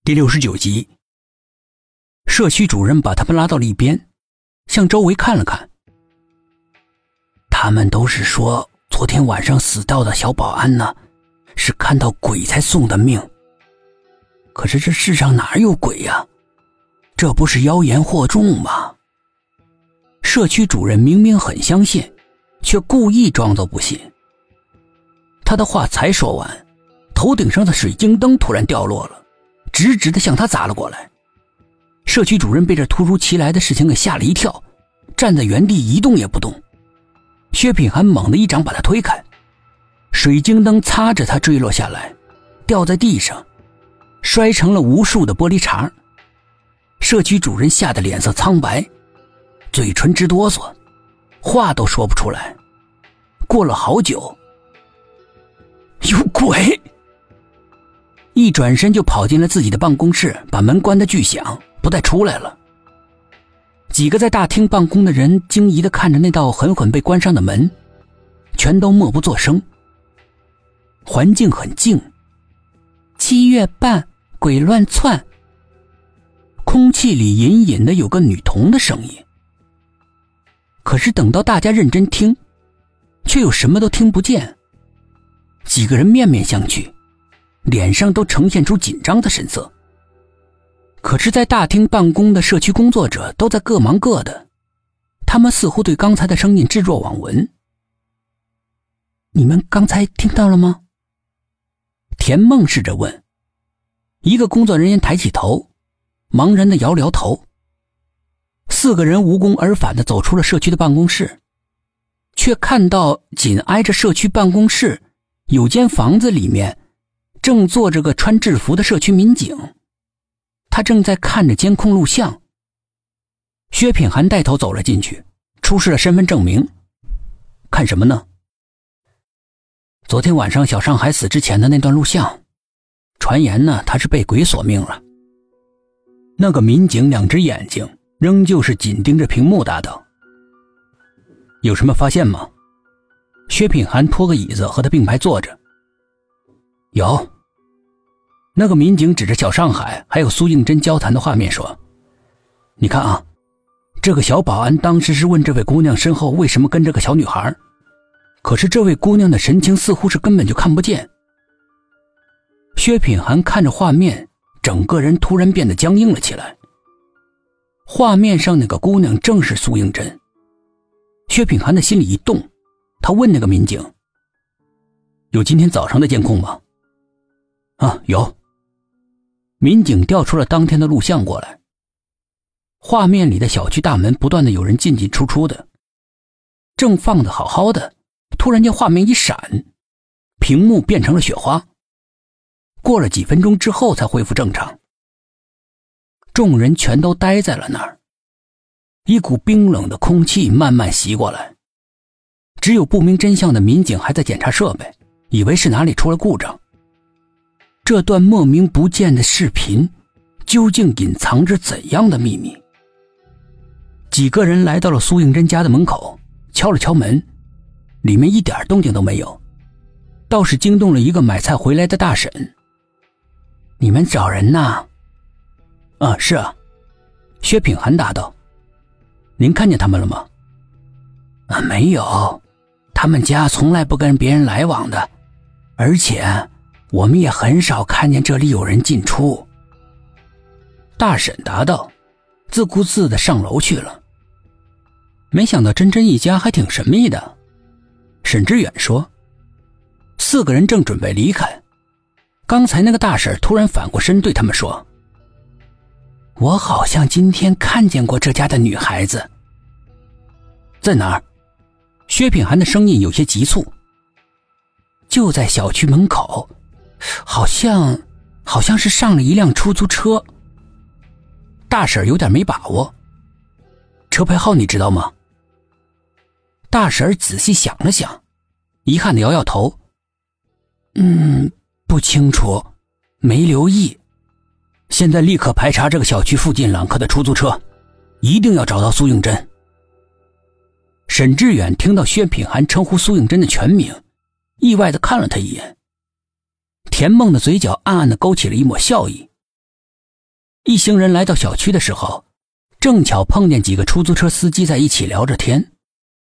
第69集，社区主任把他们拉到了一边，向周围看了看。他们都是说昨天晚上死掉的小保安呢，是看到鬼才送的命。可是这世上哪有鬼呀？这不是妖言惑众吗？社区主任明明很相信，却故意装作不信。他的话才说完，头顶上的水晶灯突然掉落了，直直地向他砸了过来。社区主任被这突如其来的事情给吓了一跳，站在原地一动也不动。薛品涵猛地一掌把他推开，水晶灯擦着他坠落下来，掉在地上，摔成了无数的玻璃碴。社区主任吓得脸色苍白，嘴唇直哆嗦，话都说不出来。过了好久，有鬼！一转身就跑进了自己的办公室，把门关得巨响，不再出来了。几个在大厅办公的人惊疑地看着那道狠狠被关上的门，全都默不作声。环境很静，7月半，鬼乱窜。空气里隐隐的有个女童的声音。可是等到大家认真听，却又什么都听不见。几个人面面相觑，脸上都呈现出紧张的神色。可是在大厅办公的社区工作者都在各忙各的，他们似乎对刚才的声音置若罔闻。你们刚才听到了吗？田梦试着问。一个工作人员抬起头，茫然地摇了摇头。4个人无功而返地走出了社区的办公室，却看到紧挨着社区办公室有间房子里面正坐着个穿制服的社区民警，他正在看着监控录像。薛品涵带头走了进去，出示了身份证明。看什么呢？昨天晚上小上海死之前的那段录像，传言呢他是被鬼索命了。那个民警2只眼睛仍旧是紧盯着屏幕答道。有什么发现吗？薛品涵拖个椅子和他并排坐着。有。那个民警指着小上海还有苏应真交谈的画面说，你看啊，这个小保安当时是问这位姑娘身后为什么跟着个小女孩，可是这位姑娘的神情似乎是根本就看不见。薛品涵看着画面，整个人突然变得僵硬了起来。画面上那个姑娘正是苏应真。薛品涵的心里一动，他问那个民警，有今天早上的监控吗？啊，有。民警调出了当天的录像过来。画面里的小区大门不断的有人进进出出的，正放得好好的，突然间画面一闪，屏幕变成了雪花。过了几分钟之后才恢复正常。众人全都呆在了那儿，一股冰冷的空气慢慢袭过来。只有不明真相的民警还在检查设备，以为是哪里出了故障。这段莫名不见的视频究竟隐藏着怎样的秘密？几个人来到了苏应真家的门口，敲了敲门，里面一点动静都没有，倒是惊动了一个买菜回来的大婶。你们找人呐？啊，是啊。薛品涵答道。您看见他们了吗？啊，没有，他们家从来不跟别人来往的，而且我们也很少看见这里有人进出。大婶答道，自顾自地上楼去了。没想到真真一家还挺神秘的。沈志远说。4个人正准备离开，刚才那个大婶突然反过身对他们说，我好像今天看见过这家的女孩子。在哪儿？薛品涵的声音有些急促。就在小区门口，好像是上了一辆出租车。大婶有点没把握。车牌号你知道吗？大婶仔细想了想，遗憾地摇摇头。不清楚，没留意。现在立刻排查这个小区附近揽客的出租车，一定要找到苏应真。沈志远听到薛品涵称呼苏应真的全名，意外地看了他一眼。田梦的嘴角暗暗地勾起了一抹笑意。 一行人来到小区的时候，正巧碰见几个出租车司机在一起聊着天。